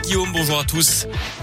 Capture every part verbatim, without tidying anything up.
Guillaume, bonjour à tous.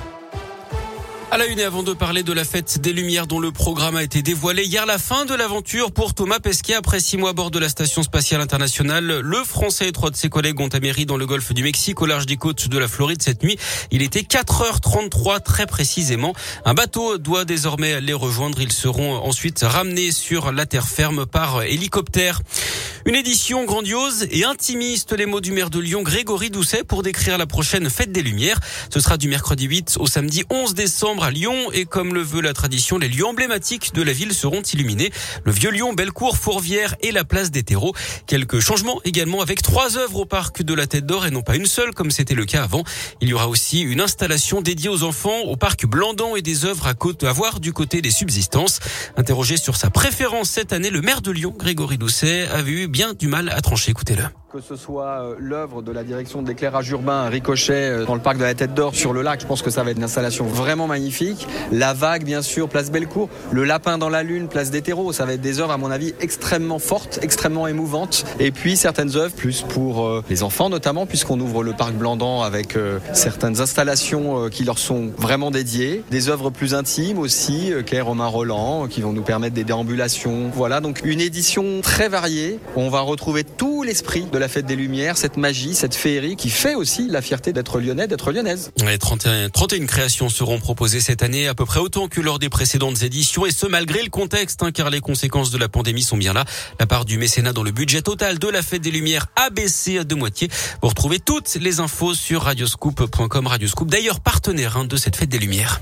À la une et avant de parler de la fête des Lumières dont le programme a été dévoilé hier, la fin de l'aventure pour Thomas Pesquet après six mois à bord de la Station Spatiale Internationale. Le Français et trois de ses collègues ont atterri dans le golfe du Mexique au large des côtes de la Floride cette nuit. Il était quatre heures trente-trois très précisément. Un bateau doit désormais les rejoindre. Ils seront ensuite ramenés sur la terre ferme par hélicoptère. Une édition grandiose et intimiste, les mots du maire de Lyon, Grégory Doucet, pour décrire la prochaine fête des Lumières. Ce sera du mercredi huit au samedi onze décembre à Lyon et comme le veut la tradition, les lieux emblématiques de la ville seront illuminés. Le Vieux Lyon, Bellecour, Fourvière et la place des Terreaux. Quelques changements également avec trois œuvres au parc de la Tête d'Or et non pas une seule comme c'était le cas avant. Il y aura aussi une installation dédiée aux enfants au parc Blandan et des œuvres à, côte, à voir du côté des subsistances. Interrogé sur sa préférence cette année, le maire de Lyon, Grégory Doucet, avait eu bien du mal à trancher. Écoutez-le. Que ce soit l'œuvre de la direction de l'éclairage urbain à Ricochet dans le parc de la Tête d'Or sur le lac, je pense que ça va être une installation vraiment magnifique. La vague, bien sûr, place Bellecour. Le lapin dans la lune, place des Terreaux. Ça va être des œuvres, à mon avis, extrêmement fortes, extrêmement émouvantes. Et puis certaines œuvres plus pour euh, les enfants notamment, puisqu'on ouvre le parc Blandan avec euh, certaines installations euh, qui leur sont vraiment dédiées. Des œuvres plus intimes aussi, euh, qu'est Romain Roland, qui vont nous permettre des déambulations. Voilà, donc une édition très variée. On va retrouver tout l'esprit de la fête des Lumières, cette magie, cette féerie qui fait aussi la fierté d'être lyonnais, d'être lyonnaise. Les trente et un, trente et une créations seront proposées cette année, à peu près autant que lors des précédentes éditions, et ce malgré le contexte, hein, car les conséquences de la pandémie sont bien là. La part du mécénat dans le budget total de la fête des Lumières a baissé de moitié. Vous retrouvez toutes les infos sur radioscoop point com. Radioscoop, d'ailleurs partenaire hein, de cette fête des Lumières.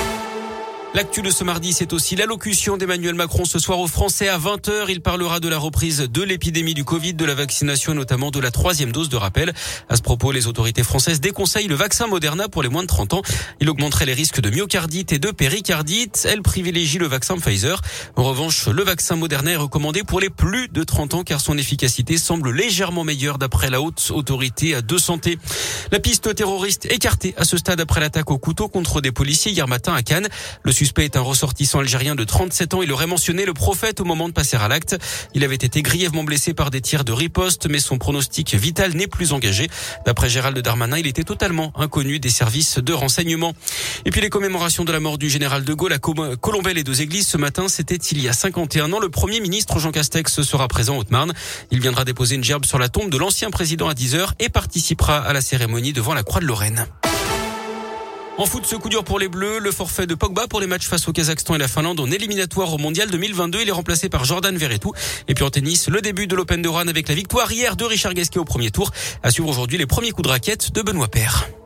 L'actu de ce mardi, c'est aussi l'allocution d'Emmanuel Macron ce soir aux Français à vingt heures. Il parlera de la reprise de l'épidémie du Covid, de la vaccination et notamment de la troisième dose de rappel. À ce propos, les autorités françaises déconseillent le vaccin Moderna pour les moins de trente ans. Il augmenterait les risques de myocardite et de péricardite. Elle privilégie le vaccin Pfizer. En revanche, le vaccin Moderna est recommandé pour les plus de trente ans car son efficacité semble légèrement meilleure d'après la haute autorité de santé. La piste terroriste écartée à ce stade après l'attaque au couteau contre des policiers hier matin à Cannes. Le Le suspect est un ressortissant algérien de trente-sept ans. Il aurait mentionné le prophète au moment de passer à l'acte. Il avait été grièvement blessé par des tirs de riposte, mais son pronostic vital n'est plus engagé. D'après Gérald Darmanin, il était totalement inconnu des services de renseignement. Et puis les commémorations de la mort du général de Gaulle à Colombelles et deux églises ce matin, c'était il y a cinquante et un ans. Le Premier ministre Jean Castex sera présent en Haute-Marne. Il viendra déposer une gerbe sur la tombe de l'ancien président à dix heures et participera à la cérémonie devant la Croix de Lorraine. En foot, ce coup dur pour les Bleus, le forfait de Pogba pour les matchs face au Kazakhstan et la Finlande en éliminatoire au Mondial deux mille vingt-deux. Il est remplacé par Jordan Verretou. Et puis en tennis, le début de l'Open de Rouen avec la victoire hier de Richard Gasquet au premier tour. À suivre aujourd'hui les premiers coups de raquette de Benoît Paire.